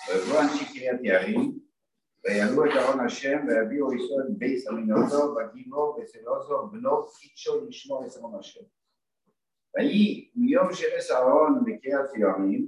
ויבואו אנשי קריית יערים, ויעלו את ארון השם, ויביאו איתו את בייס אמינעזר, וגיבור וסלעזר, בנו קידשו לשמור את ארון השם. ויהי מיום שנס אהרון בקריית יערים,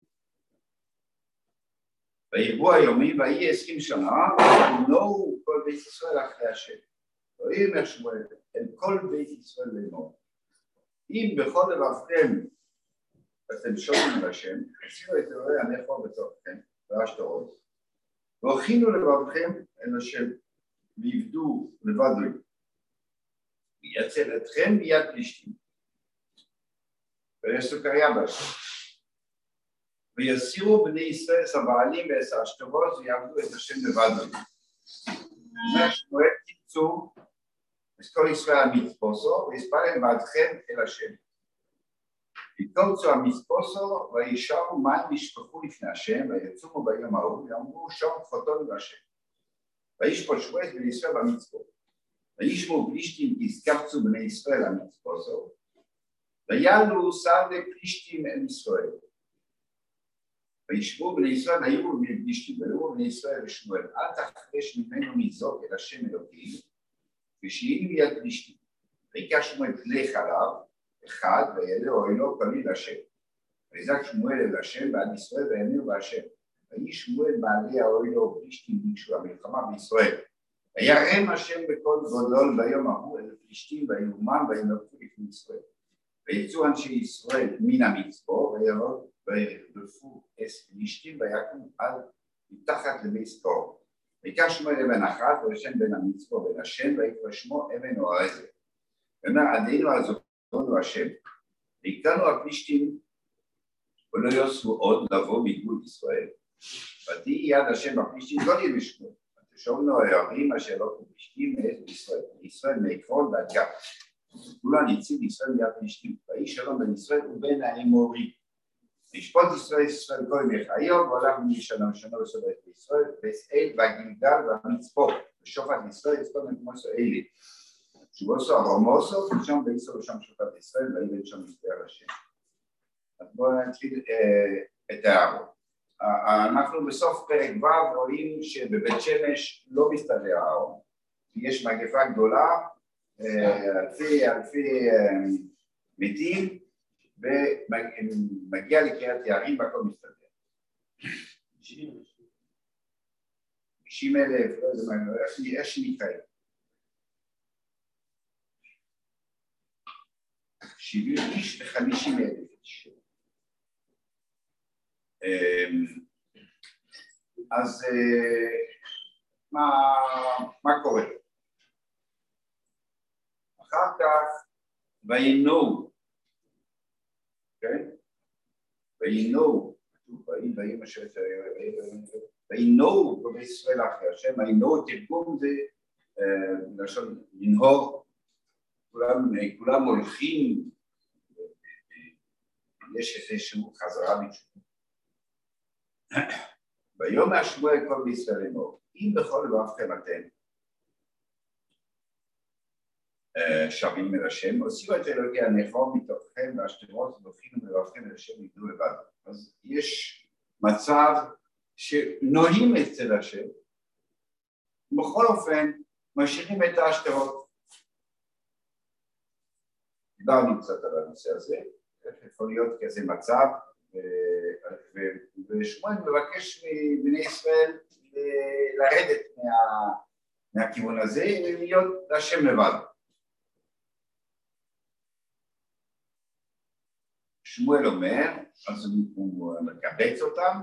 וירבו היומים, ויהי 20 שנה, ונועו כל בית ישראל אחרי השם. ויאמר שמואל אל כל בית ישראל לאמור, אם בכל לבבכם אתם שומעים אל השם, הסירו את אלוהי הנכר בתוככם, והשטרות, והכינו לבבכם אל השם, ועבדו לבדו, ויצל אתכם ביד פלישתים, ויסוקריה בהשם, ויסירו בני ישראל סבעלים ועשתרות, ויעבדו את השם לבדו. אומר שמואל תצאו את כל ישראל המצפוסו, ויספלם בעדכם אל השם. וקוצו המצפוסו, וישרו מים נשפכו לפני השם, ויצומו ביום ההוא, ואמרו שום חוטון להשם. וישפוט שמואל בני ישראל במצפו. וישמעו פלישתים כי הסקבצו בני ישראל המצפוסו, ויעלו שרי פלישתים אל ישראל. וישבו בני ישראל, היו בני פלישתים, ויאמרו בני ישראל לשמואל, אל תחרש ממנו מזעוק אל השם אלוקים, ושהיינו ביד פלישתים. ויקח שמואל כלי חלב, אחד, ויעלה אוהלו כליל השם. ויזעק שמואל אל השם בעד ישראל, ויאמר בהשם. ויהי שמואל בעלי האוהלו פלישתים ביקשו המלחמה בישראל. וירם השם בקול גדול ביום ההוא אל פלישתים, ויאומם וינופפו לפני ישראל. ויצאו אנשי ישראל מן המצפור, וירדפו את פלישתים, ויקומו על מתחת לבית קור. ויקח שמואל אבן אחת, וישן בין המצפור ובין השם, ויקרא שמו אבן אורזת. ואומר עדינו עזובנו השם. והכרנו הפלישתים, ולא יוספו עוד לבוא מגבול ישראל. ותהי יד השם בפלישתים לא יבשנו. ותשובנו הערים אשר לא פלישתים מאת ישראל. ישראל מעקרון ועד גת. כולה נציב ישראל ביד פלישתים. ויהי שלום בין ישראל ובין האמורי. וישפוט ישראל כל ימי חיו, והלך משנה לשנה וסובב את ישראל, ואל והגלגל והמצפור, ושופט ישראל יספוט במקומות אלה. שבוסו הרומוסו, ושם בישראל ושם שופט ישראל, ויבן שם מסתער השם. אז בואו נתחיל את הערות. אנחנו בסוף פרק ו' רואים שבבית שמש לא מסתדר הארון. יש מגפה גדולה, אלפי מתים, ומגיע לקריית יערים והכל מסתדר. 90,000, לא יודע מה, איך שנקרא. 70 איש ו50,000 איש. אז מה קורה? אחר כך וינועו, כן? וינועו, וינועו בני ישראל אחרי השם, וינועו תרגום זה לשון לנהור, כולם הולכים, יש איזשהו חזרה בתשובה. ויאמר שמואל כל בני ישראל לאמור, אם בכל לבבכם אתם שבים אל השם, הוציאו את אלוקי הנכר מתוככם והשטרות והכינו בלבבכם אל השם יגדלו לבד. אז יש מצב שנוהים אצל השם, ובכל אופן משאירים את השטרות. דיברנו קצת על הנושא הזה, יכול להיות כזה מצב, ושמואל מבקש מבני ישראל לרדת מהכיוון הזה ולהיות להשם לבד. שמואל אומר, אז הוא מקבץ אותם,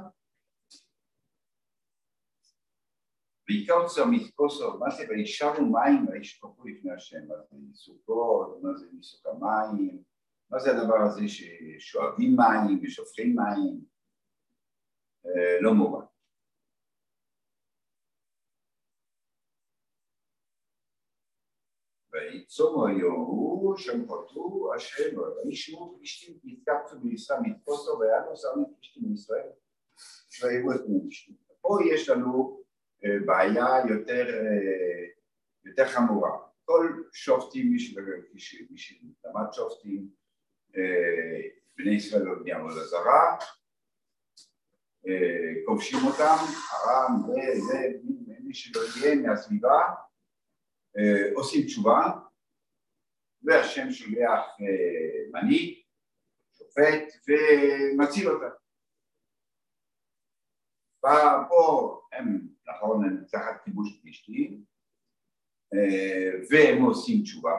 ויקוצו המצפוסו, מה זה? וישרו מים וישפכו לפני השם, מה זה סוכות, מה זה מסוג המים, מה זה הדבר הזה ששואבים מים ושופכים מים, לא מובן. ויצומו היו שם חוטאו השם, וישמעו פלישתים כי התקבצו בישראל מצפוסו, ויעלו שרים פלישתים בישראל, ויראו את בני פלישתים. פה יש לנו בעיה יותר חמורה. כל שופטים, מי שלמד שופטים, בני ישראל לא בני עבודה זרה, כובשים אותם, ארם וזה, מי שלא יהיה מהסביבה, עושים תשובה, והשם שולח מנהיג, שופט, ומציל אותם. פה הם, נכון, הם תחת כיבוש פלישתים, והם עושים תשובה.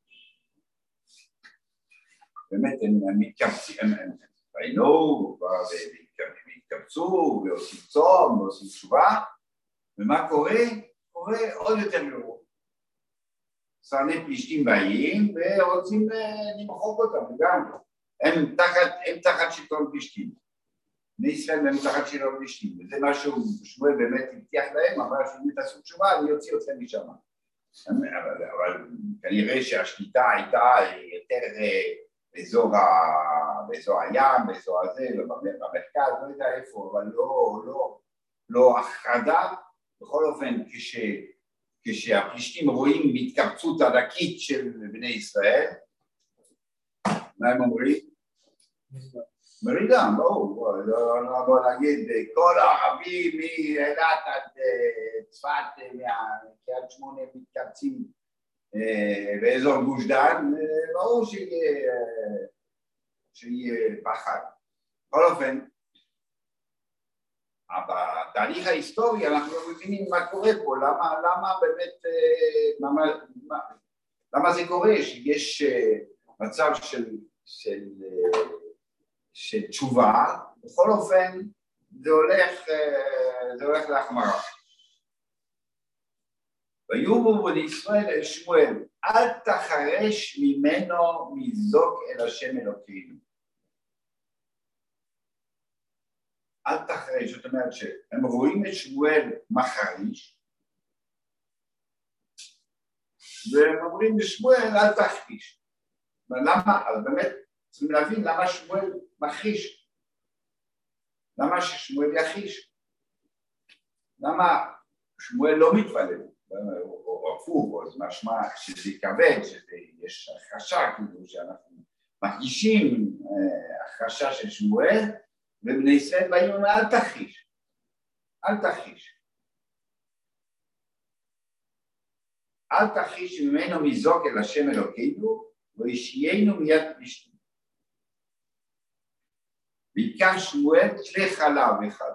באמת הם מתקבצים, הם ראינו, והתקבצו, ועושים צום, ועושים תשובה, ומה קורה? קורה עוד יותר גרוע. שרני פלישתים באים, ורוצים למחוק אותם, גם. הם תחת שלטון פלישתים. בני ישראל הם תחת שלטון פלישתים, וזה משהו שמואל באמת הבטיח להם, אבל שאם תעשו תשובה, אני אוציא אתכם משם. אבל כנראה שהשליטה הייתה יותר באזור הים, באזור הזה, במרכז, לא יודע איפה, אבל לא הכרדה. בכל אופן, כשהפלישתים רואים התקבצות ענקית של בני ישראל, מה הם אומרים? מרידם, בואו נגיד, כל הערבים מאילת עד צפת, מקריית שמונה מתקבצים באזור גוש דן, ברור שיהיה פחד. בכל אופן, בתהליך ההיסטורי אנחנו מבינים מה קורה פה, למה באמת, למה זה קורה, שיש מצב של תשובה, בכל אופן זה הולך להחמרה. ויאמרו בני ישראל אל שמואל, אל תחרש ממנו מזוק אל השם אלוקינו. אל תחרש, זאת אומרת שהם רואים את שמואל מחריש, והם אומרים לשמואל אל תחריש. למה? אז באמת צריכים להבין למה שמואל מחריש. למה ששמואל יחיש? למה שמואל לא מתפלל? או הפוך, אז משמע שזה כבד, שיש החרשה, כאילו שאנחנו מרגישים החרשה של שמואל, ובני ישראל באים ואומרים, אל תחיש, אל תחיש. אל תחיש ממנו מזוק אל השם אלוקינו, וישיינו מיד פלישתים. ויקח שמואל כלי חלב אחד.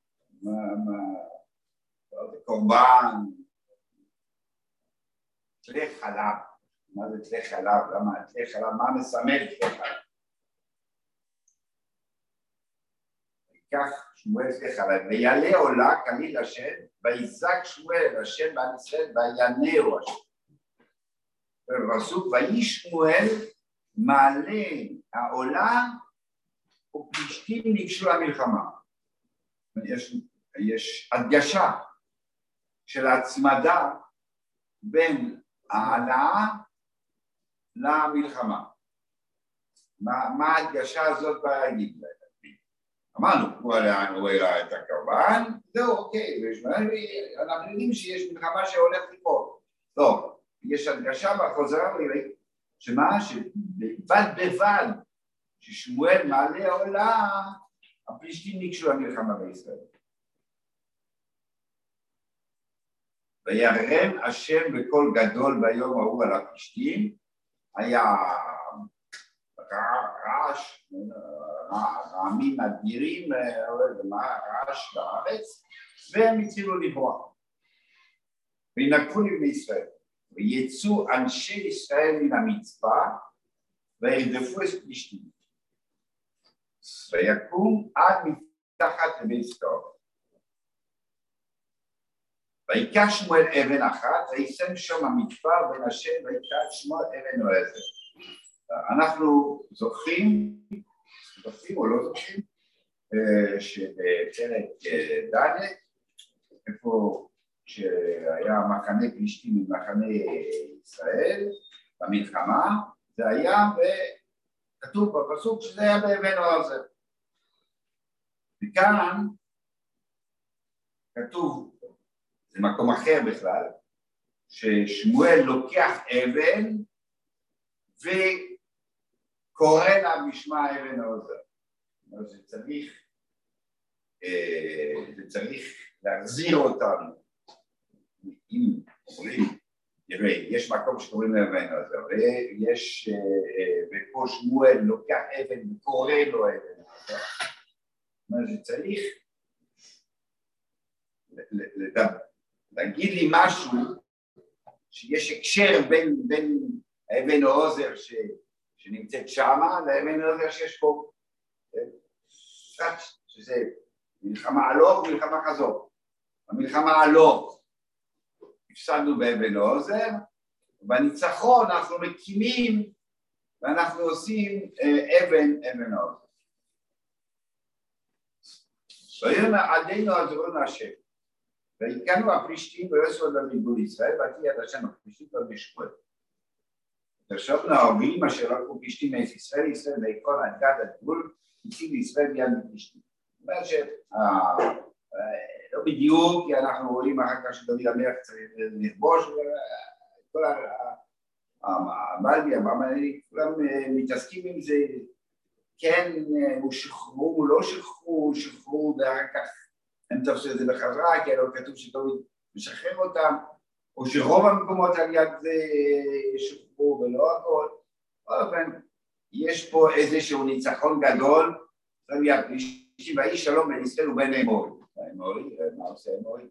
זה קורבן, כלי חלב. מה זה כלי חלב? למה כלי חלב? מה מסמל כלי חלב? כך שמואל כלי חלב, ויעלה עולה כליל השם, ויזעק שמואל השם בעם ישראל, וינהו השם. בפסוק, ויהי שמואל מעלה העולה, ופלישתים ניגשו למלחמה. יש הדגשה של ההצמדה בין העלאה למלחמה. מה ההדגשה הזאת בהגיד להם? אמרנו, הוא העלה את הקרבן, זהו, אוקיי, אנחנו יודעים שיש מלחמה שהולך לקרות. טוב, יש הדגשה בחוזרה, שמה? שבד, ששמואל מעלה העולה, הפלישתים ניגשו למלחמה בישראל. וירם השם בקול גדול ביום ההוא על הפלישתים, היה רעש, רעמים אדירים, רעש בארץ, והם התחילו לברוח. וינקפו לבני ישראל, ויצאו אנשי ישראל מן המצפה, וירדפו את פלישתים. ויקום עד מתחת לבית סתור. ויקח שמואל אבן אחת, וישם שם המצפה בין השם, ויקח שמואל אבן עזר. אנחנו זוכרים או לא זוכרים, שבפרק ד', איפה שהיה מחנה פלישתים ממחנה ישראל במלחמה, זה היה, וכתוב בפסוק שזה היה באבן עזר. וכאן כתוב, זה מקום אחר בכלל, ששמואל לוקח אבן וקורא לה בשמה אבן עזר. זה צריך וצריך להחזיר אותנו. אם אומרים, תראה, יש מקום שקוראים לאבן הזה, ויש, ופה שמואל לוקח אבן וקורא לו אבן. זאת אומרת, שצריך להגיד לי משהו, שיש הקשר בין האבן העוזר שנמצאת שמה, לאבן העוזר שיש פה. שזה מלחמה הלוך ומלחמה חזור. המלחמה הלוך הפסדנו באבן העוזר, ובניצחון אנחנו מקימים ואנחנו עושים אבן העוזר. ויאמר עדינו עזרונו השם, והכנו הפלישתים ויוספו במדבר ישראל, ותהי השם הפלישתים במשמורת. ושבנו הערבים אשר לקחו פלישתים מארץ ישראל ויקרון עד גד הגבול, הציב לישראל ביד פלישתים. זאת אומרת לא בדיוק, כי אנחנו רואים אחר כך שדוד המלך צריך לכבוש, כל המלבי, המאמנים, כולם מתעסקים עם זה, כן, הוא שחררו, הוא לא שחררו, ואחר כך הם תפסו את זה בחזרה, כי לא כתוב שדוד משחרר אותם, או שרוב המקומות על יד זה שחררו ולא הכל. אבל יש פה איזשהו ניצחון גדול, ביד פלישתים, ויהי שלום בין ישראל ובין אמורי. אמורי, מה עושה אמורי?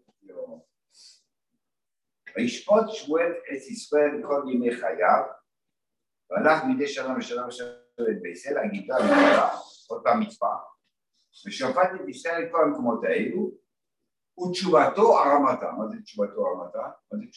וישפוט שמואל את ישראל בכל ימי חייו, והלך מדי שנה ושנה את בישראל, הגיטה ומעלה, עוד פעם מצפה, ושפט את ישראל את כל המקומות האלו, ותשובתו הרמתה. מה זה תשובתו הרמתה?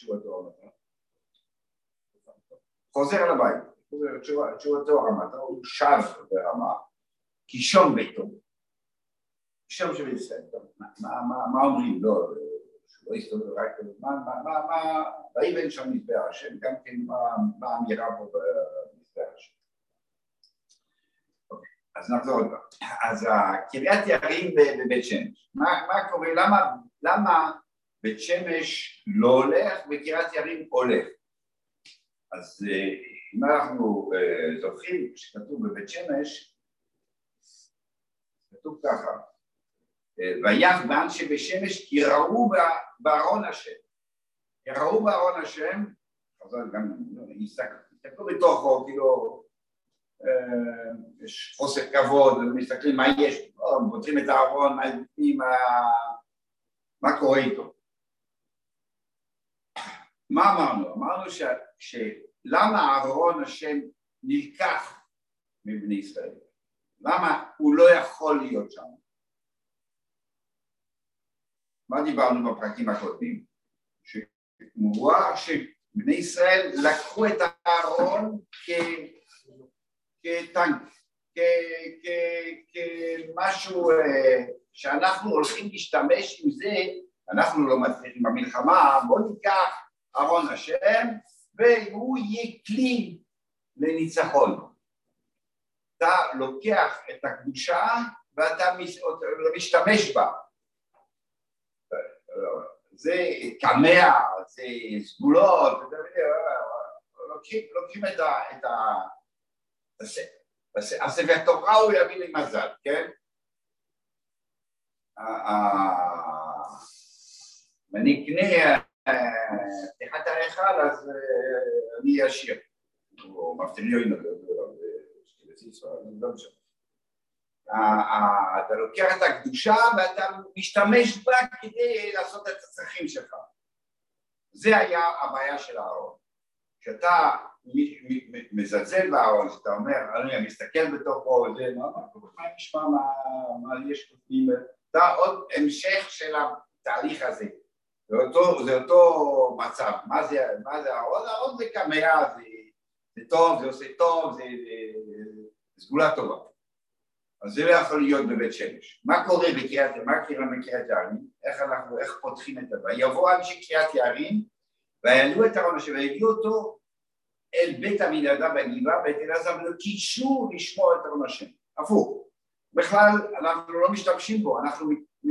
חוזר לבית, תשובתו הרמתה, הוא שב ברמה, כי שום ביתו, שום של ישראל, מה אומרים? לא יסתובב רק, ויבן שם מזבח השם, גם כן מה האמירה פה במזבח השם. אז נחזור עוד פעם. אז קריית יערים בבית שמש, מה קורה? למה בית שמש לא הולך וקריית יערים הולך? אז אם אנחנו זוכרים שכתוב בבית שמש, כתוב ככה, ויך באנשי בשמש כי ראו בארון השם. ראו בארון השם, אז גם הסתכלו בתוכו, כאילו יש חוסר כבוד, ומסתכלים מה יש, פותחים את הארון, מה קורה איתו. מה אמרנו? אמרנו שלמה ארון השם נלקח מבני ישראל? למה הוא לא יכול להיות שם? מה דיברנו בפרקים הקודמים? שמובא שבני ישראל לקחו את הארון כטנק, כמשהו שאנחנו הולכים להשתמש עם זה, אנחנו לא מצליחים במלחמה, בואו ניקח ארון השם והוא יהיה כלי לניצחון. אתה לוקח את הקדושה ואתה משתמש בה. זה קמע, זה סגולות, לוקחים את הספר תורה הוא יביא לי מזל, כן? ואני אקנה פתיחת ההיכל, אז אני אשיר, או מבטלי או אתה לוקח את הקדושה ואתה משתמש בה כדי לעשות את הצרכים שלך. זה היה הבעיה של הארון. כשאתה מזלזל בארון, שאתה אומר, אני מסתכל בתוכו, מה נשמע, מה יש כותבים, זה עוד המשך של התהליך הזה. זה אותו מצב. מה זה הארון? הארון זה קמע, זה טוב, זה עושה טוב, זה סגולה טובה. אז זה לא יכול להיות בבית שמש. מה קורה בקריית יערים? איך פותחים את הדבר? יבוא אנשי קריית יערים, ויעלו את ארון השם, והביאו אותו אל בית המנהדה בגבעה, בית אלעזר, וקישו לשמור את ארון השם. הפוך. בכלל, אנחנו לא משתמשים בו, אנחנו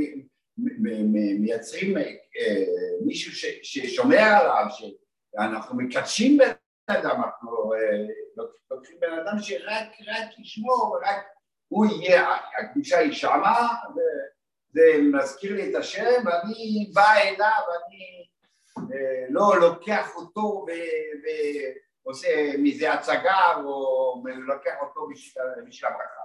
מייצרים מישהו ששומר עליו, שאנחנו מקדשים בן אדם, אנחנו לוקחים בן אדם שרק ישמור, ורק הוא יהיה, הקדושה היא שמה, זה מזכיר לי את השם, ואני בא אליו, ואני לא לוקח אותו ועושה מזה הצגה, או לוקח אותו בשביל הברכה.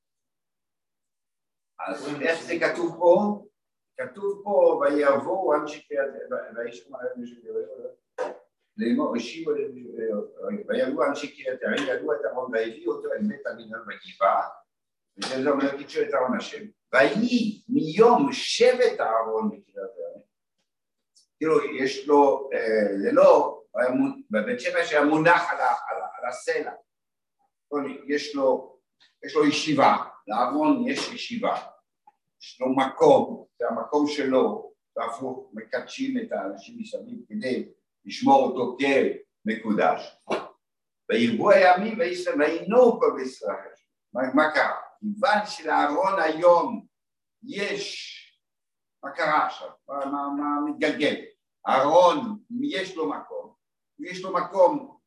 אז איך זה כתוב פה? כתוב פה, ויבואו אנשי קריית ויבואו אנשי קריית יערים, ידעו את אהרון והביאו אותו אל בית המינהל בגבעה, וזה אומר קידשו את אהרון השם. ויהי מיום שבט אהרון בקריית יערים, תראו, יש לו, זה לא, בבית שמש היה מונח על הסלע, יש לו ישיבה, לאהרון יש ישיבה, יש לו מקום, זה המקום שלו, ואנחנו מקדשים את האנשים מסביב כדי לשמור אותו כמקודש. וירבו הימים ויינו פה בישראל. מה קרה? כיוון שלאהרון היום יש, מה קרה עכשיו? מה מתגלגל? אהרון, יש לו מקום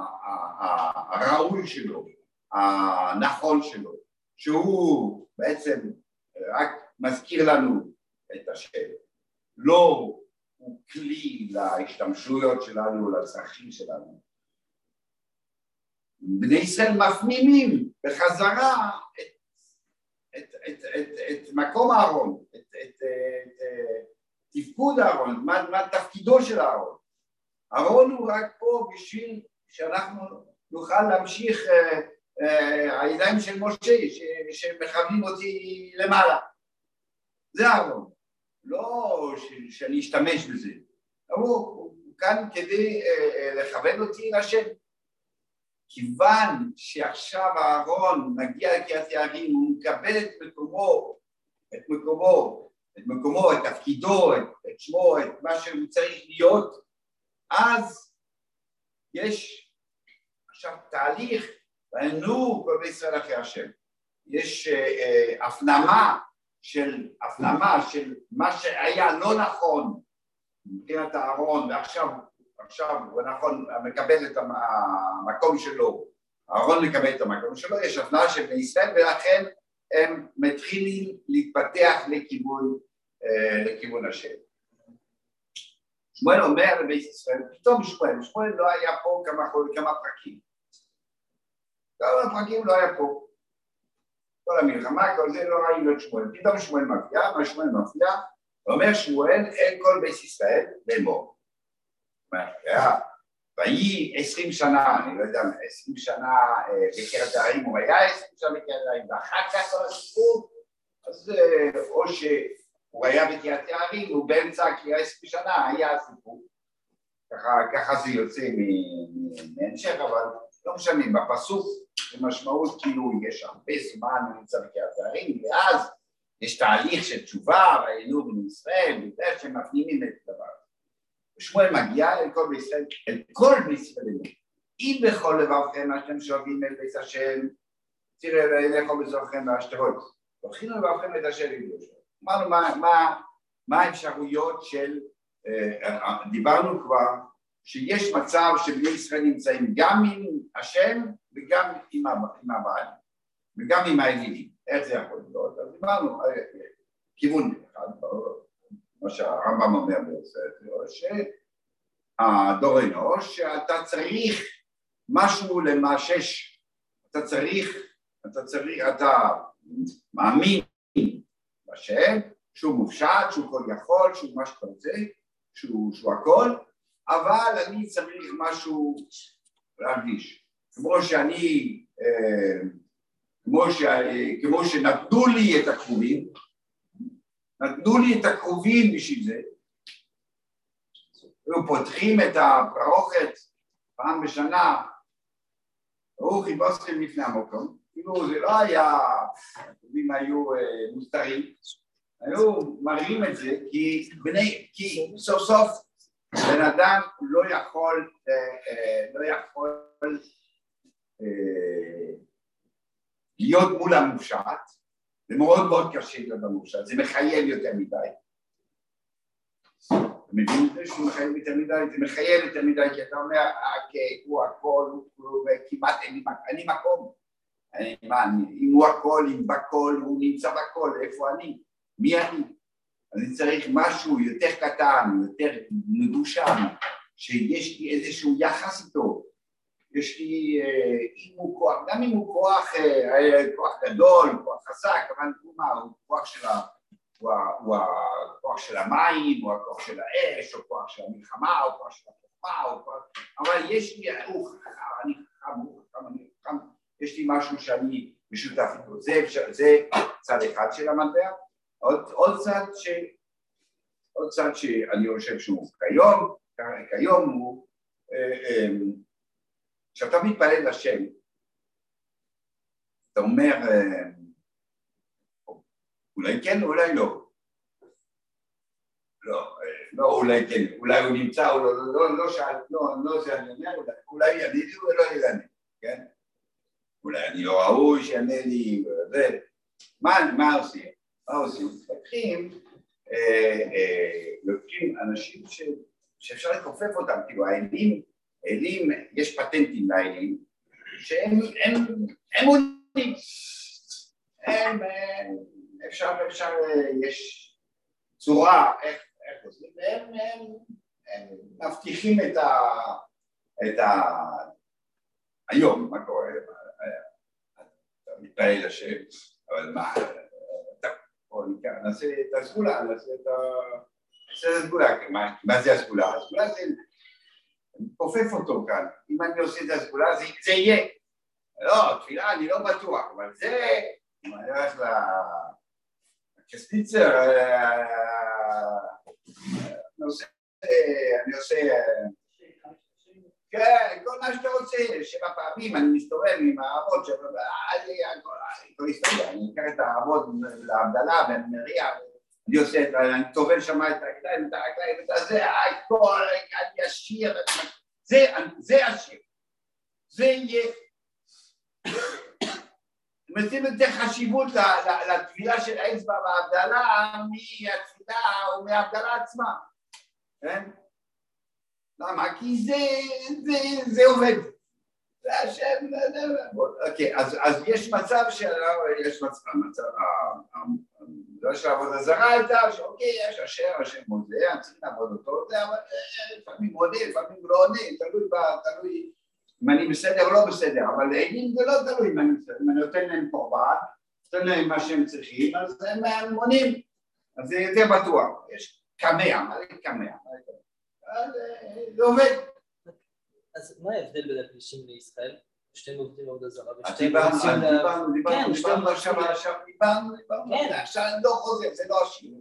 הראוי שלו, הנכון שלו, שהוא בעצם רק מזכיר לנו את השם. לא הוא כלי להשתמשויות שלנו, לצרכים שלנו. בני ישראל מפנימים בחזרה את מקום אהרון, את תפקוד אהרון, מה תפקידו של אהרון. אהרון הוא רק פה בשביל שאנחנו נוכל להמשיך הידיים של משה שמכוונים אותי למעלה. זה אהרון, לא שאני אשתמש בזה. הוא כאן כדי לכוון אותי לשם. כיוון שעכשיו אהרון מגיע לקריית יערים, הוא מקבל את מקומו, את תפקידו, את שמו, את מה שהוא צריך להיות, אז יש עכשיו תהליך, וענו כל ישראל אחרי השם. יש הפנמה של מה שהיה לא נכון מבחינת אהרון, ועכשיו הוא נכון, מקבל את המקום שלו, אהרון מקבל את המקום שלו, יש הפנמה של בני ישראל, ולכן הם מתחילים להתפתח לכיוון השם. שמואל אומר לבית ישראל, פתאום שמואל לא היה פה כמה פרקים. כמה פרקים לא היה פה. כל המלחמה, כל זה לא ראינו את שמואל. פתאום שמואל מופיע, ואומר שמואל אל כל בית ישראל לאמור. ויהי 20 שנה, אני לא יודע, 20 שנה בקריית יערים, הוא היה 20 שנה בקריית יערים, ואחר כך כל הסיפור, אז או שהוא היה בקריית יערים, הוא באמצע הקריאה 20 שנה, היה הסיפור. ככה זה יוצא מהמשך, אבל לא משנה, בפסוק זה משמעות כאילו יש הרבה זמן נמצא בקריית יערים, ואז יש תהליך של תשובה, והיינו בני ישראל, בגלל שהם מפנימים את הדבר. ושמואל מגיע אל כל בני ישראל, אם בכל לבבכם אתם שואבים אל בית השם, תראה לכו בזוככם והשתרות, תוכינו לבבכם את השם לבדושו. אמרנו מה האפשרויות של, דיברנו כבר, שיש מצב שבני ישראל נמצאים גם עם השם וגם עם הבעלים, וגם עם האלילים. איך זה יכול להיות? אז דיברנו, כיוון אחד, מה שהרמב"ם אומר בספר, שהדור אנוש, שאתה צריך משהו למשש, אתה מאמין בשם, שהוא מופשט, שהוא כל יכול, שהוא מה שאתה רוצה, שהוא הכל, אבל אני צריך משהו להרגיש. כמו שנתנו לי את הקרובים, בשביל זה, ופותחים את הפרוכת פעם בשנה, ברוך יבוסכם לפני המקום, כאילו זה לא היה, הקרובים היו מוסתרים, היו מראים את זה, כי סוף סוף בן אדם לא יכול להיות מול המופשט, זה מאוד מאוד קשה להיות במופשט, זה מחייב יותר מדי. אתה מבין את זה שהוא מחייב יותר מדי? זה מחייב יותר מדי, כי אתה אומר, הוא הכל, וכמעט אין לי מקום. אם הוא הכל, אם בכל, הוא נמצא בכל, איפה אני? מי אני צריך משהו יותר קטן, יותר מבושם, שיש לי איזשהו יחס איתו, יש לי, אם הוא כוח, גם אם הוא כוח גדול, כוח חזק, אבל הוא כוח הוא הכוח של המים, או הכוח של האש, או כוח של המלחמה, או כוח של החוכמה, אבל יש לי, אני חכם, יש לי משהו שאני משותף איתו, זה צד אחד של המטבע, עוד צד שאני חושב שהוא כיום הוא, כשאתה מתפלל לשם, אתה אומר, אולי כן, אולי לא. לא, אולי כן, אולי הוא נמצא, או לא שאל, לא זה אני אומר, אולי יענה לי או לא יענה, כן? אולי אני לא ראוי שיענה לי, מה עושים? לוקחים אנשים שאפשר לכופף אותם, כאילו האלים, יש פטנטים לאלים, שהם עונים, אפשר, יש צורה, איך עושים, הם מבטיחים את היום, מה קורה, אתה מתפעל לשם, אבל מה, נעשה את הסגולה, נעשה את הסגולה, מה זה הסגולה? הסגולה זה, אני כופף אותו כאן, אם אני עושה את הסגולה זה יהיה, לא, תפילה אני לא בטוח, אבל זה, אם אני הולך לקסניצר, אני עושה, כן, כל מה שאתה רוצה, 7 פעמים, אני מסתובב עם האבות, אני אקח את האבות להבדלה, ואני מריע, אני עושה, אני טובל שם את הרגליים, את זה, אני אשיר, זה השיר, זה יהיה. נותנים יותר חשיבות לתפילה של האצבע בהבדלה מהתפילה או מההבדלה עצמה, כן? למה? כי זה עובד. זה השם, אוקיי, אז יש מצב יש מצב, לא של עבודה זרה הייתה, שאוקיי, יש השם מודה, אני צריך לעבוד אותו, אבל לפעמים מודה, לפעמים לא עונה, תלוי אם אני בסדר או לא בסדר, אבל לעינים זה לא תלוי אם אני בסדר, אם אני נותן להם קורבן, נותן להם מה שהם צריכים, אז הם עונים, אז זה יותר בטוח, יש קמע, מה זה קמע? זה עובד. אז מה ההבדל בין הפלישתים לישראל? שתיהם עובדים עבודה זרה, דיברנו עכשיו אני לא חוזר, זה לא השיעור,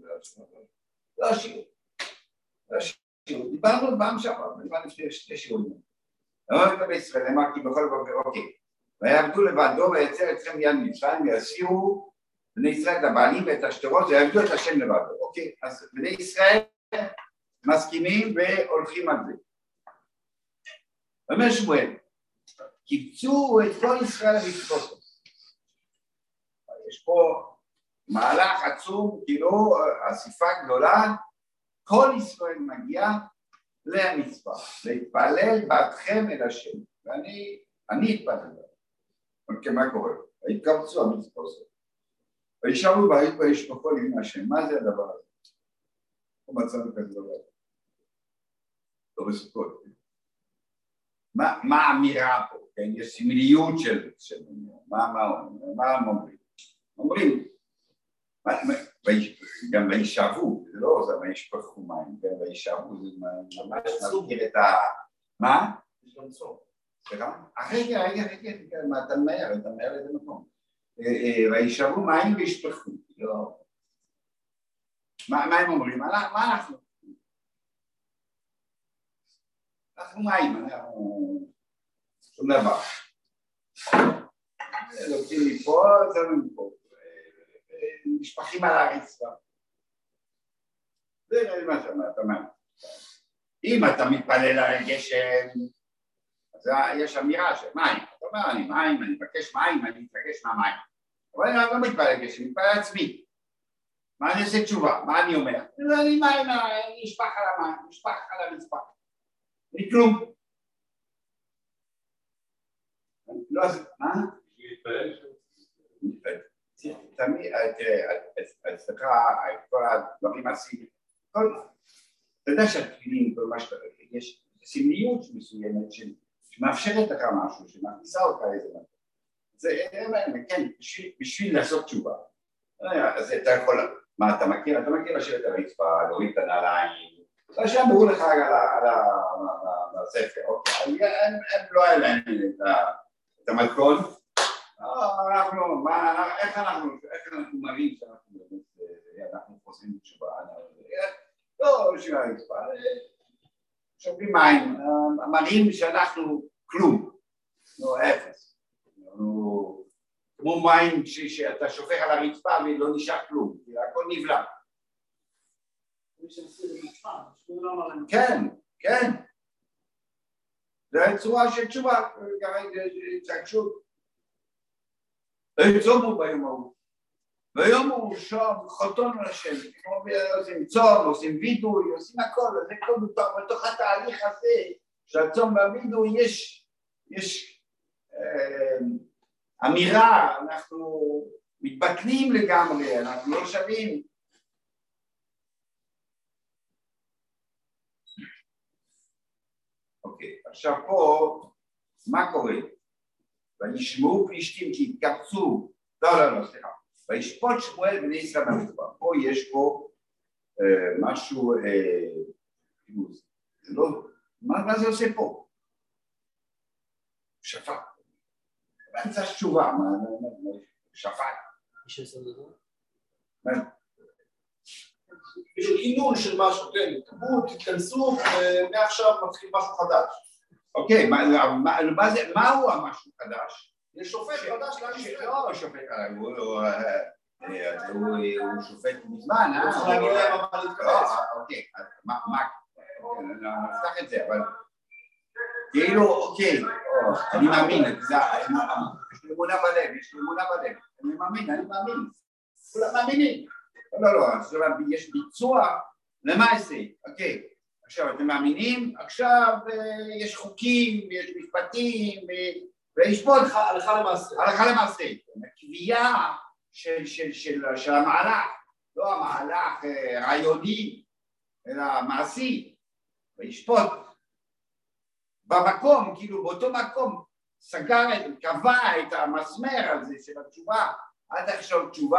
דיברנו פעם שעברה, שתי שיעורים. לא לגבי ישראל, אמרתי בכל פעם, אוקיי, ויעבדו לבדו ויצר אתכם מיד מצרים ויסירו בני ישראל את הבעלים ואת השטרות ויעבדו את השם לבדו, אוקיי, אז בני ישראל מסכימים והולכים על זה. אומר שמואל, קיבצו את כל ישראל למצוות. יש פה מהלך עצום, כאילו אסיפה גדולה, כל ישראל מגיע למצווה, להתפלל בעדכם אל השם, ואני אתפלל. אוקיי, מה קורה? התקבצו המצוות. וישבו בית וישפכו לפני השם, מה זה הדבר הזה? לא מצאנו כזה דבר. לא בסוכות. מה האמירה פה? כן? יש סמליות של מה הם אומרים? אומרים, גם וישאבו, זה לא זה וישפכו מים, וישאבו זה ממש מזכיר את ה... מה? יש גם צור. סליחה? רגע, אתה מהר איזה מקום. וישאבו מים וישפכו, לא... מה הם אומרים? מה אנחנו? אנחנו מים, אנחנו... שום דבר. לוקחים מפה, זה לא מפה. משפחים על הרצפה. זה מה שאתה אומר. אם אתה מתפלל על גשם, אז יש אמירה של מים. אתה אומר, אני מים, אני מבקש מים, אני מתרגש מהמים. אבל אני לא מתפלל על גשם, אני מתפלל על עצמי. מה אני עושה תשובה? מה אני אומר? אני מים, נשפח על המים, נשפח על הרצפה. אין כלום. לא, מה? תמיד, תראה, אצלך, כל הדברים עשיתי, אתה יודע שהתפילים, כל מה שאתה, יש סמליות מסוימת שמאפשרת לך משהו, שמכניסה אותך איזה משהו. זה, כן, בשביל לעשות תשובה. אז אתה יכול, מה אתה מכיר? אתה מכיר לשבת על הרצפה, להוריד את הנעליים, זה שאמרו לך על הספר, אוקיי, הם לא היה להם את המתכון, איך אנחנו מראים שאנחנו חוזרים בתשובה, לא בשביל הרצפה, שומרים מים, מראים שאנחנו כלום, לא אפס, כמו מים שאתה שופך על הרצפה ולא נשאר כלום, הכל נבלע. כן, כן. זה צורה של תשובה, התרגשות. ויצומו ביום ההוא. ביום ההוא שם חותנו לשם, עושים צום, עושים וידוי, עושים הכל, זה כל בתוך התהליך הזה, שהצום והוידוי יש אמירה, אנחנו מתבטלים לגמרי, אנחנו לא שווים. אוקיי, עכשיו פה, מה קורה? וישמעו פלישתים כי התקבצו, לא, סליחה, וישפוט שמואל בני ישראל במדבר. פה יש פה משהו, מה זה עושה פה? שפט. באמצע תשובה, שפט. מישהו עושה את זה? יש כינון של משהו, כן, תקבו, תתכנסו, ומעכשיו מתחיל משהו חדש. אוקיי, מהו המשהו חדש? יש שופט חדש לעם ישראל. לא, שופט, הוא שופט מזמן, הוא צריך להגיד להם מה להתכנס. אוקיי, נפתח את זה, אבל כאילו, אוקיי, אני מאמין, יש לי אמונה בלב, אני מאמין, כולם מאמינים. לא, יש ביצוע למעשה, אוקיי, עכשיו אתם מאמינים, עכשיו יש חוקים, יש משפטים, ויש פה הלכה למעשה, הקביעה של המהלך, לא המהלך רעיוני, אלא מעשי, וישפוט במקום, כאילו באותו מקום, קבע את המסמר הזה של התשובה, עד עכשיו תשובה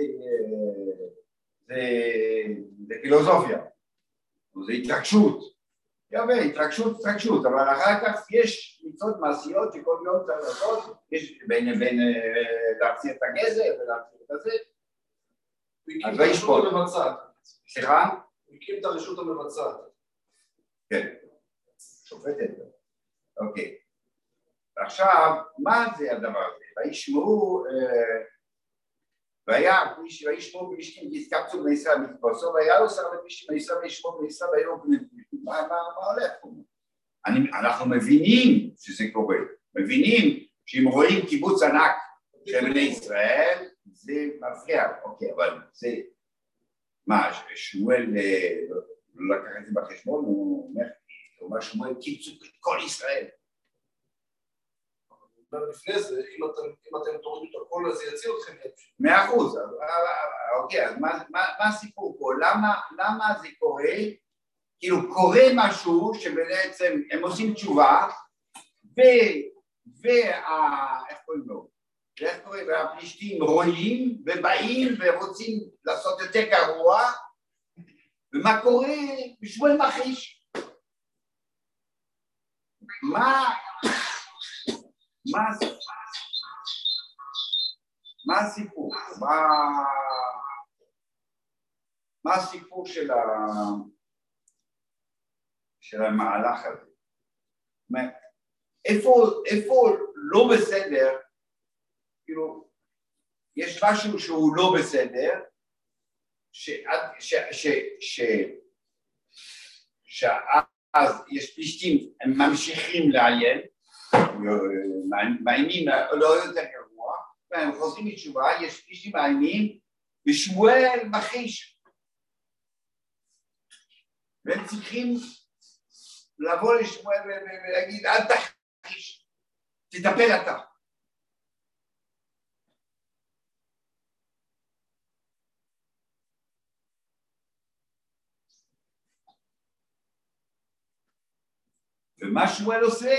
זה פילוסופיה, זה התרגשות, יפה, התרגשות, אבל אחר כך יש מצוות מעשיות שכל יום צריך לעשות, יש בין להחזיר את הגזר ולהחזיר את הזה, הוא הקים את הרשות המבצעת. סליחה? הוא הקים את הרשות המבצעת. כן, שופטת, אוקיי. עכשיו, מה זה הדבר הזה? וישמעו, וישמעו פלישתים, התקבצו בני ישראל מתפרסו, והיה לו שר לפלישתים בני ישראל, וישמעו בני ישראל, ויראו פני פלישתים. מה הולך פה? אנחנו מבינים שזה קורה, מבינים שאם רואים קיבוץ ענק של בני ישראל, זה מפריע, אוקיי, אבל זה, מה, שמואל לא לקח את זה בחשבון, הוא אומר שמואל קיבצו כל ישראל. לפני זה, אם אתם תורידו את הכל, אז זה יציל אתכם. 100%, אוקיי, אז מה הסיפור פה? למה זה קורה? כאילו קורה משהו שבעצם הם עושים תשובה, איך קוראים לו? ואיך קוראים? והפלישתים רואים ובאים ורוצים לעשות יותר גרוע, ומה קורה? שמואל מכחיש. מה הסיפור? מה הסיפור של המהלך הזה? איפה לא בסדר, כאילו, יש משהו שהוא לא בסדר, שאז יש פלישתים, הם ממשיכים לעיין, מאיימים לא יותר גרוע, והם חוזרים מתשובה, יש פלישתים מאיימים, ושמואל מכחיש. והם צריכים לבוא לשמואל ולהגיד, אל תכחיש, תטפל אתה. ומה שמואל עושה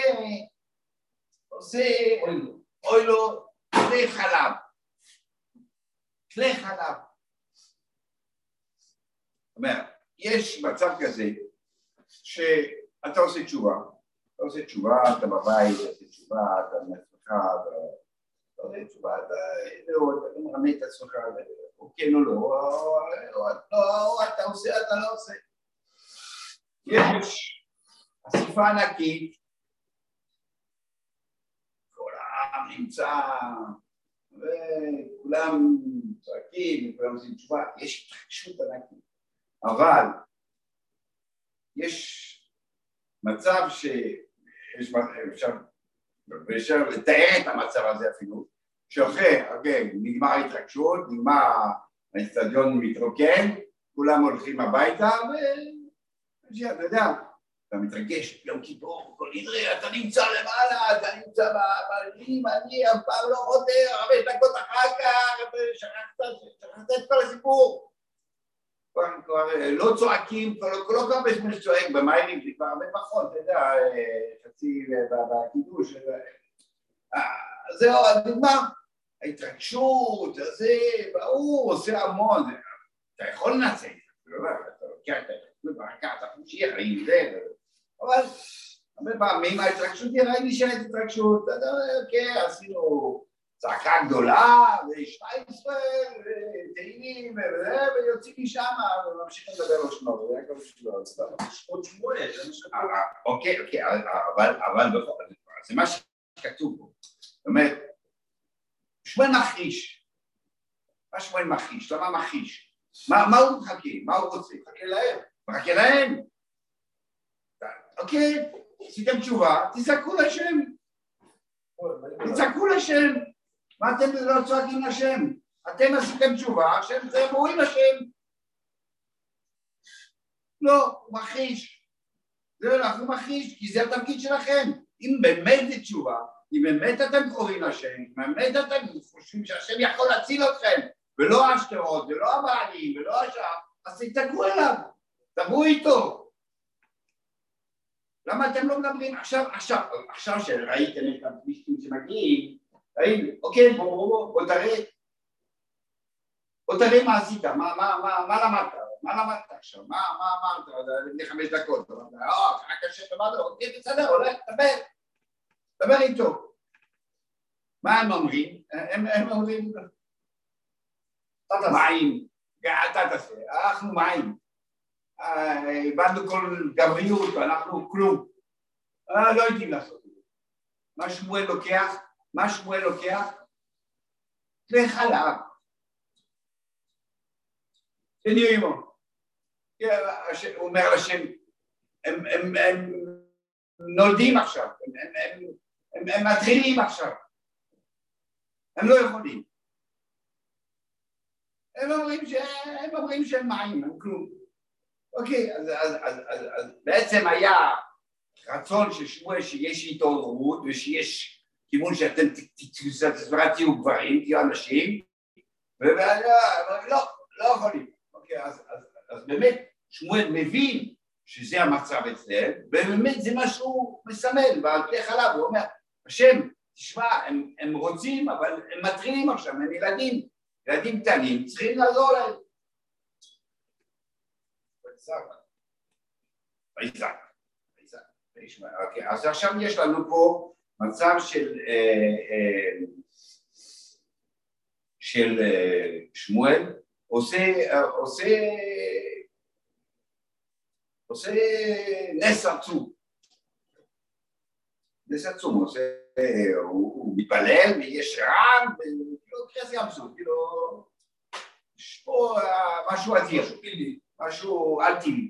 אוי לו, כלי חלב. כלי חלב. זאת אומרת, יש מצב כזה, שאתה עושה תשובה, אתה בבית, עושה תשובה, אתה מעצמך, אתה עושה תשובה, אתה מרמה את עצמך, או כן או לא, או אתה עושה, אתה לא עושה. יש אספה ענקית, כל העם נמצא, וכולם צועקים, וכולם עושים תשובה, יש התרגשות ענקית, אבל יש מצב שאפשר לתאר את המצב הזה אפילו, שאחרי, נגמר ההתרגשות, נגמר האצטדיון מתרוקן, כולם הולכים הביתה, ואתה יודע, אתה מתרגש, יום כיפור, כל נדרי, אתה נמצא למעלה, אתה נמצא בעלים, אני אף פעם לא חותר, 5 דקות אחר כך, שכחת את כל הסיפור. כבר לא צועקים, לא כבר בשביל צועק, במיילים זה כבר הרבה פחות, אתה יודע, חצי בקידוש, זהו, נגמר, ההתרגשות, זה, ברור, עושה המון, אתה יכול לנצל, אתה לוקח את ההתרגשות ברקע, אתה חושך, עם זה, אבל הרבה פעמים ההתרגשות היא ראי נשארת התרגשות, אתה יודע, אוקיי, עשינו צעקה גדולה, ו12, ותהילים, ויוצאים משם, וממשיכים לדבר לו שנות, זה היה כבר שלו, עוד שמואל, זה מה שקורה. אוקיי, אבל בכל זאת, זה מה שכתוב פה. זאת אומרת, שמואל מכחיש. מה שמואל מכחיש? למה מכחיש? מה הוא מחכה? מה הוא רוצה? מחכה להם. אוקיי, עשיתם תשובה, תזעקו לשם. תזעקו לשם. מה אתם לא צועקים לשם? אתם עשיתם תשובה, השם זה אמורים לשם. לא, הוא מכחיש. זה אנחנו מכחיש, כי זה התפקיד שלכם. אם באמת זה תשובה, אם באמת אתם קוראים לשם, אם באמת אתם חושבים שהשם יכול להציל אתכם, ולא השטרות, ולא הבעלים, ולא השאר, אז תתגעו אליו, דברו איתו. למה אתם לא מדברים עכשיו שראיתם את הפלישתים שמגיעים, ראיתם, אוקיי, בוא תראה מה עשית, מה למדת? מה למדת עכשיו? מה אמרת? לפני 5 דקות. רק השם אמרת, אוקיי, בסדר, הולך, דבר איתו. מה הם אומרים? הם אומרים, מים, אתה תעשה, אנחנו מים. הבנו כל גבריות, אנחנו כלום. לא יודעים לעשות את זה. מה שמואל לוקח? כלי חלב. תניעו עמו. הוא אומר לשם, הם נולדים עכשיו, הם מתחילים עכשיו. הם לא יכולים. הם אומרים שהם מים, הם כלום. אוקיי, אז בעצם היה רצון של שמואל שיש התעוררות ושיש כיוון שאתם תהיו גברים, תהיו אנשים, לא יכולים. אוקיי, אז באמת שמואל מבין שזה המצב אצלם, ובאמת זה מה שהוא מסמל, בכלי חלב, הוא אומר, השם, תשמע, הם רוצים, אבל הם מתחילים עכשיו, הם ילדים קטנים, צריכים לעזור להם. ויזעק. אוקיי, אז עכשיו יש לנו פה מצב של שמואל, עושה נס עצום. הוא מתפלל ויש רעם, וכאילו קרס ים סוף, כאילו, יש פה משהו אדיר, משהו אל-טבעי.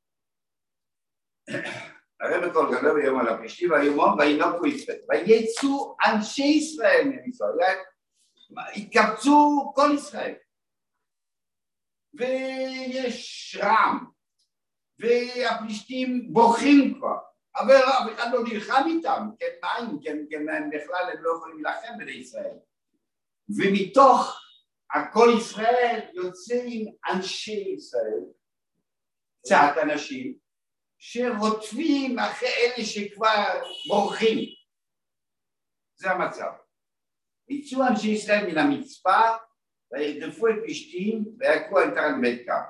הרב כל גדול ביום על הפלישתים, והיומון וינוקו ישראל, ויצאו אנשי ישראל מישראל, התקבצו כל ישראל, ויש רעם, והפלישתים בוכים כבר, אבל אף אחד לא נלחם איתם, כן מים, כן בכלל הם לא יכולים להילחם בני ישראל, ומתוך הכל ישראל יוצאים אנשי ישראל, קצת אנשים, שרודפים אחרי אלה שכבר בורחים. זה המצב. יצאו אנשי ישראל מן המצפה, וירדפו את פלישתים, ויכו על תחת בית קר.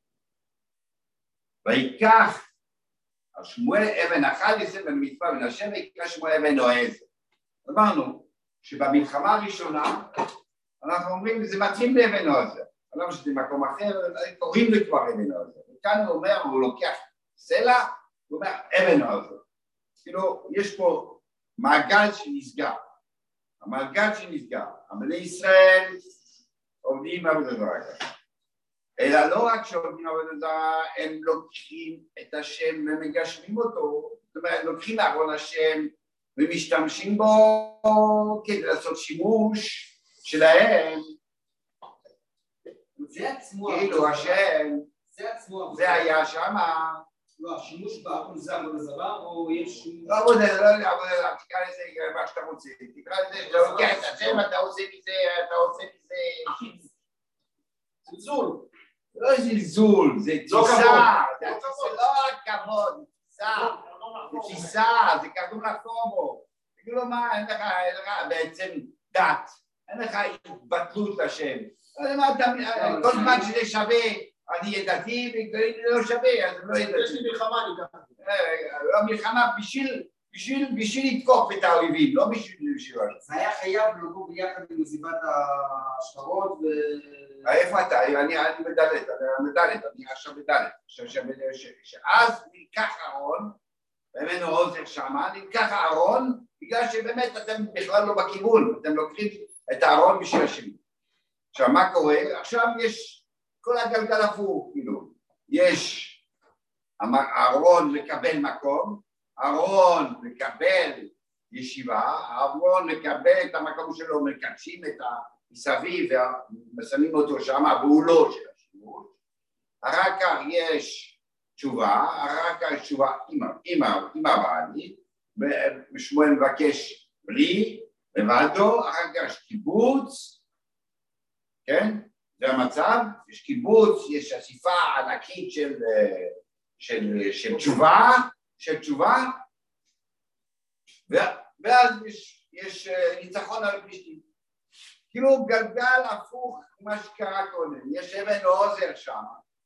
ויקח שמואל אבן 11 במצפה בין השם, ויקח שמואל אבן עזר. אמרנו שבמלחמה הראשונה, אנחנו אומרים, זה מתאים לאבן עזר. אני לא חושב שזה מקום אחר, קוראים לי כבר אבן עזר. וכאן הוא אומר, הוא לוקח סלע, הוא אומר, אבן עזר. כאילו, יש פה מעגל שנסגר. המעגל שנסגר. עמלי ישראל עובדים בעבודה זרה. אלא לא רק שעובדים בעבודה זרה, הם לוקחים את השם ומגשמים אותו. זאת אומרת, לוקחים ארון השם ומשתמשים בו כדי לעשות שימוש שלהם. זה עצמו. כאילו השם, זה עצמו. זה היה שמה. לא, השימוש בארון זה עבודה זרה, או יש שימוש? לא עבודה, לא, תקרא לזה מה שאתה רוצה. תקרא לזה, אתה לוקח את השם, אתה עושה מזה, זלזול. זה לא זלזול, זה תפיסה, זה לא הכבוד, זה תפיסה, זה כדור לקומו. כאילו מה, אין לך בעצם דת, אין לך התבטלות לשם. כל זמן שזה שווה, אני אהיה דתי, ואם זה לא שווה, אז זה לא יהיה דתי. יש לי מלחמה, אני ככה. לא מלחמה בשביל לתקוף את האויבים, לא בשביל... זה היה חייב לבוא ביחד עם מזיבת השטרות ו... איפה אתה? אני מדלת, אני עכשיו מדלת. שאז נלקח ארון, באמת עוזר שמה, נלקח ארון, בגלל שבאמת אתם בכלל לא בכיוון, אתם לוקחים את הארון בשביל השני. עכשיו, מה קורה? עכשיו יש כל הגלגל הפוך, כאילו. יש הארון מקבל מקום, הארון מקבל ישיבה, הארון מקבל את המקום שלו, מקדשים את המסביב ושמים אותו שם, והוא לא של השימוש. אחר כך יש תשובה, אחר כך יש תשובה עם הבעלי, ושמואל מבקש בלי, לבדו, אחר כך יש קיבוץ, כן? זה המצב, יש קיבוץ, יש אסיפה ענקית של תשובה, ואז יש ניצחון על פלישתים. כאילו גלגל הפוך מה שקרה קודם, יש אבן עוזר שם,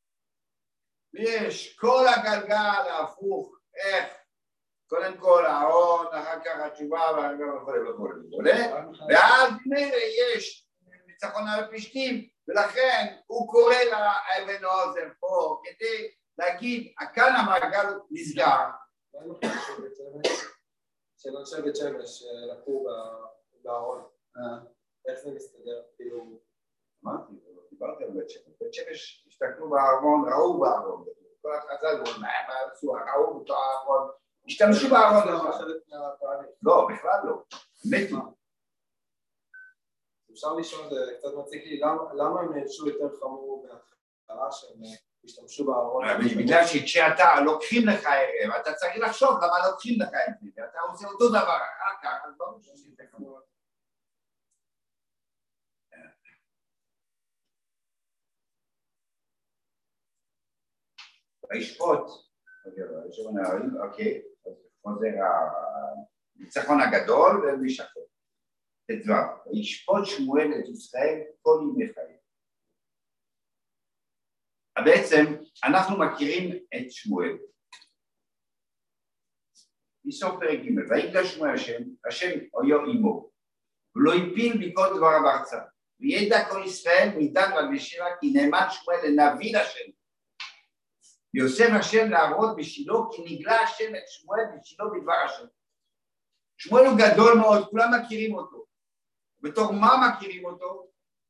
ויש כל הגלגל ההפוך, איך? קודם כל הארון, אחר כך התשובה, וכו', ואז יש ניצחון על פלישתים, ולכן הוא קורא לאבן עוזר פה כדי להגיד, כאן המעגל נסגר. של אנשי בית שמש לקחו בארון. איך זה מסתדר? כאילו... אמרתי, דיברתי על בית שמש. בית שמש השתכנו בארון, ראו בארון. כל החז"ל ראו אותו הארון, השתמשו בארון. לא, בכלל לא. מתו. אפשר לשאול, זה קצת מציק לי, למה הם נרשו יותר חמור בהתחלה שהם השתמשו בארון? בגלל שכשאתה לוקחים לך ערב, אתה צריך לחשוב למה לוקחים לך את זה, ואתה עושה אותו דבר אחר כך, אז ברור שזה חמור. וישפוט, אוקיי, אז חוזר הניצחון הגדול ומשחק. ט"ו, וישפוט שמואל את ישראל כל ימי חייו. בעצם אנחנו מכירים את שמואל. מסוף פרק ג' ויגש שמואל השם היו עמו, ולא הפיל מכל דבריו ארצה, וידע כל ישראל מדן ועד בשירה כי נאמן שמואל לנביא השם. ויוסף השם להראות בשילה כי נגלה השם את שמואל בשילה בדבר השם. שמואל הוא גדול מאוד, כולם מכירים אותו. בתור מה מכירים אותו?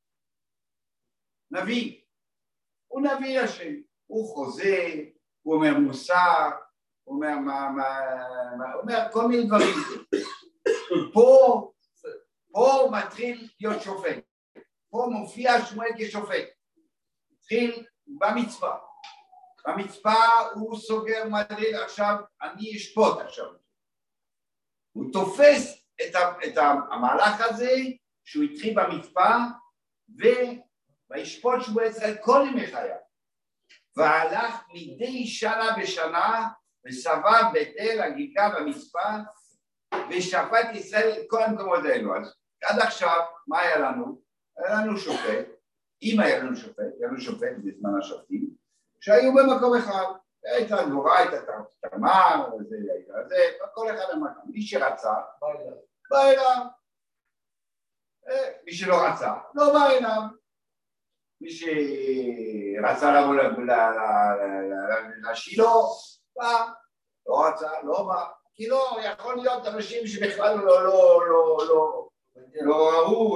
נביא. הוא נביא השם. הוא חוזה, הוא אומר מוסר, הוא אומר כל מיני דברים. פה מתחיל להיות שופט. פה מופיע שמואל כשופט. מתחיל במצווה. במצווה הוא סוגר מדריד עכשיו, אני אשפוט עכשיו. הוא תופס את המהלך הזה שהוא התחיל במצווה וישפוט שמואל ישראל כל ימי חייו. והלך מדי שנה בשנה וסבב בית אל הגיגה במצפה, ושפט ישראל את כל המקומות האלו. אז עד עכשיו, מה היה לנו? היה לנו שופט, אם היה לנו שופט בזמן השופטים, שהיו במקום אחד, הייתה גבורה, הייתה תמר, זה, כל אחד במקום. מי שרצה, בא אליו. מי שלא רצה, לא בא אליו. מי שרצה לבוא לשילה, בא, לא רצה, לא בא. כי לא, יכול להיות אנשים שבכלל לא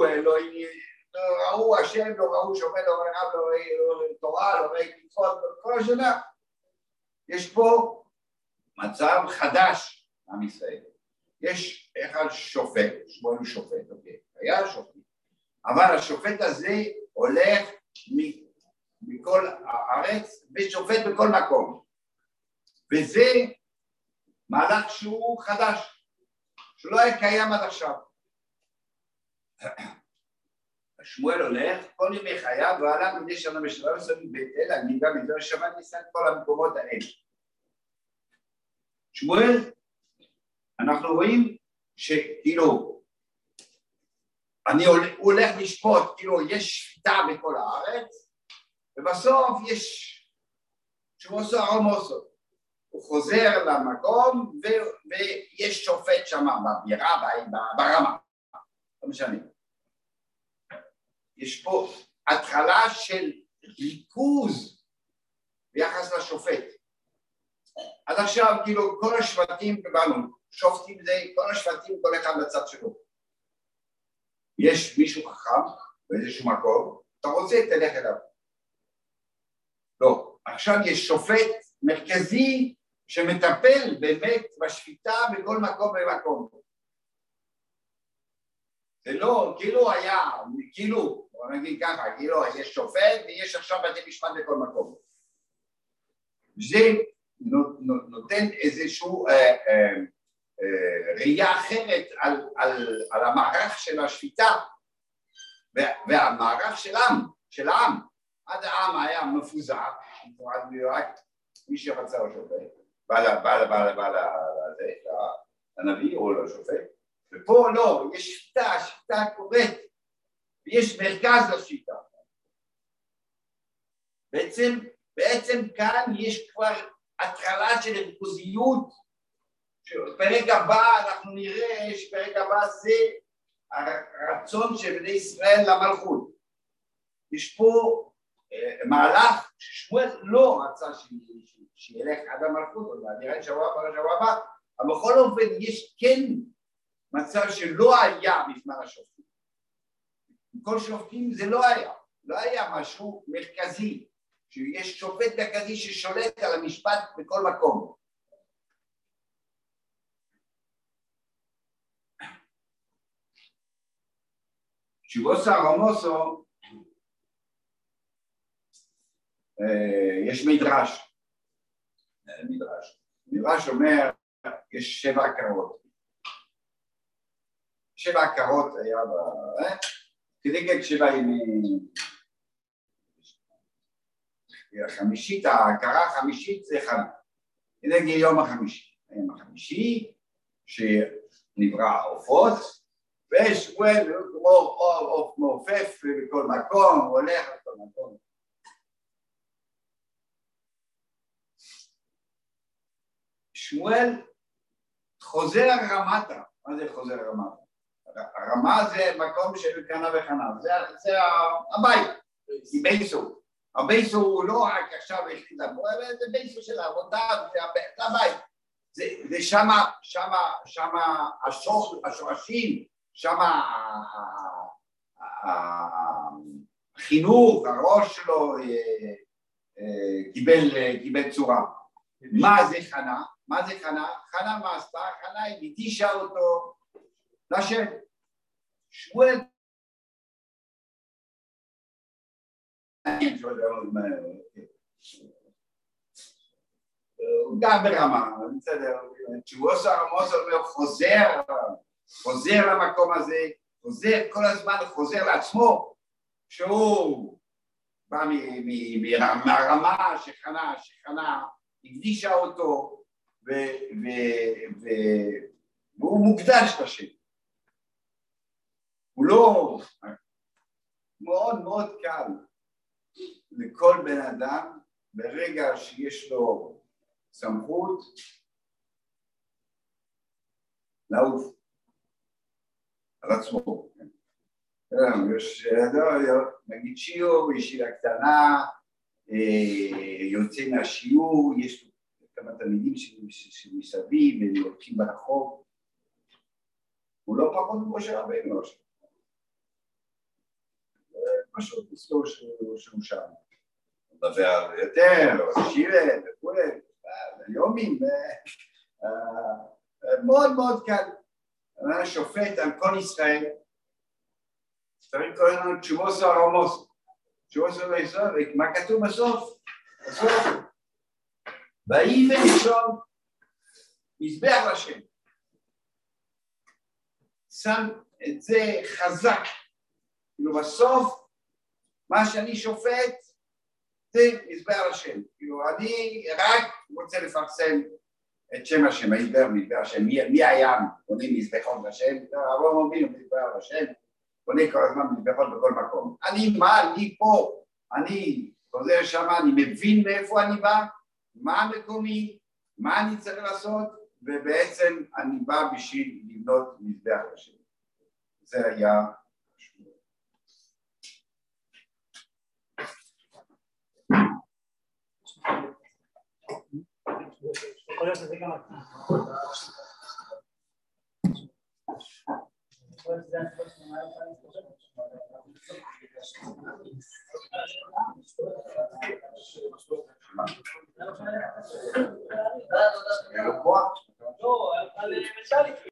ראו השם, לא ראו שומע, לא ראו תורה, לא ראו מצוות, כל השנה. יש פה מצב חדש עם ישראל. יש אחד שופט, שמואל שופט, אוקיי, היה שופט, אבל השופט הזה הולך מכל הארץ ושופט בכל מקום. וזה מהלך שהוא חדש, שלא היה קיים עד עכשיו. שמואל הולך, כל ימי חייו, ועלה מדי שנה בשלב מסוים בית אל, הגיגה מזרח שבת ניסה את כל המקומות האלה. שמואל, אנחנו רואים שכאילו, הוא הולך לשפוט, כאילו יש שפיטה בכל הארץ, ובסוף יש שמוסו הרמוסו. הוא חוזר למקום, ויש שופט שם בבירה, ברמה. לא משנה. יש פה התחלה של ריכוז ביחס לשופט. עד עכשיו, כאילו, כל השבטים בנו, שופטים זה, כל השבטים, כל אחד בצד שלו. יש מישהו חכם באיזשהו מקום, אתה רוצה, תלך אליו. לא, עכשיו יש שופט מרכזי שמטפל באמת בשפיטה בכל מקום ומקום. זה לא, כאילו היה, כאילו, בוא נגיד ככה, כאילו יש שופט ויש עכשיו בתי משפט בכל מקום. זה נותן איזשהו ראייה אחרת על המערך של השפיטה והמערך של העם. עד העם היה מפוזר, רק מי שרצה הוא שופט, בא לנביא או לשופט, ופה לא, יש שיטה קורית, ויש מרכז לשיטה. בעצם כאן יש כבר התחלה של ריכוזיות, שבפרק הבא אנחנו נראה שפרק הבא זה הרצון של בני ישראל למלכות. יש פה מהלך ששמואל לא רצה שילך עד המלכות, נראה שבוע הבא, אבל בכל אופן יש כן מצב שלא היה בזמן השופטים. כל שופטים זה לא היה משהו מרכזי, שיש שופט מרכזי ששולט על המשפט בכל מקום. שבוסה רמוסו, יש מדרש אומר, יש 7 עקרות. 7 עקרות היה כנגד 7 ימים. החמישית, העקרה החמישית זה חנה. כנגד יום החמישי. היום החמישי שנברא העופות, ושמואל כמו עוף מעופף בכל מקום, הולך בכל מקום. שמואל חוזר רמתה. מה זה חוזר רמתה? הרמה זה מקום של קנה וחנה, זה הבית, היא בייסו. הבייסו הוא לא רק עכשיו החליט לבוא, אבל זה בייסו של העבודה, זה הבית. זה שמה השורשים, שמה החינוך, הראש שלו קיבל צורה. מה זה חנה? חנה מה עשתה? חנה היא הקדישה אותו לשם. שמואל הוא גם ברמה, בסדר, שבוסה רמוסו חוזר למקום הזה, כל הזמן חוזר לעצמו, שהוא בא מהרמה שחנה הקדישה אותו, והוא מוקדש לשם. הוא לא, מאוד מאוד קל לכל בן אדם, ברגע שיש לו סמכות, לעוף על עצמו. יש, נגיד שיעור, ישיבה קטנה, יוצא מהשיעור, יש כמה תלמידים שמסביב, והם הולכים ברחוב. הוא לא פחות משה רבנו. פשוט לזכור שהוא שם. הוא מדבר יותר, או שירה, וכו'. יומים, מאוד מאוד קל. שופט על כל ישראל, צריך קוראים לנו תשובוסו הרמוסו. תשובוסו הרמוסו, ומה כתוב בסוף? בסוף. ויבן ראשון, מזבח לשם. שם את זה חזק. כאילו בסוף, מה שאני שופט, זה מזבח לשם. כאילו אני רק רוצה לפרסם את שם השם, מזבח השם. מי היה בונה מזבחות לשם? אברהם אבינו מזבח לשם. בונה כל הזמן מזבחות בכל מקום. אני פה, אני חוזר שם, אני מבין מאיפה אני בא, מה מקומי, מה אני צריך לעשות, ובעצם אני בא בשביל לבנות מזבח לשם. זה היה חשוב. לא, על משל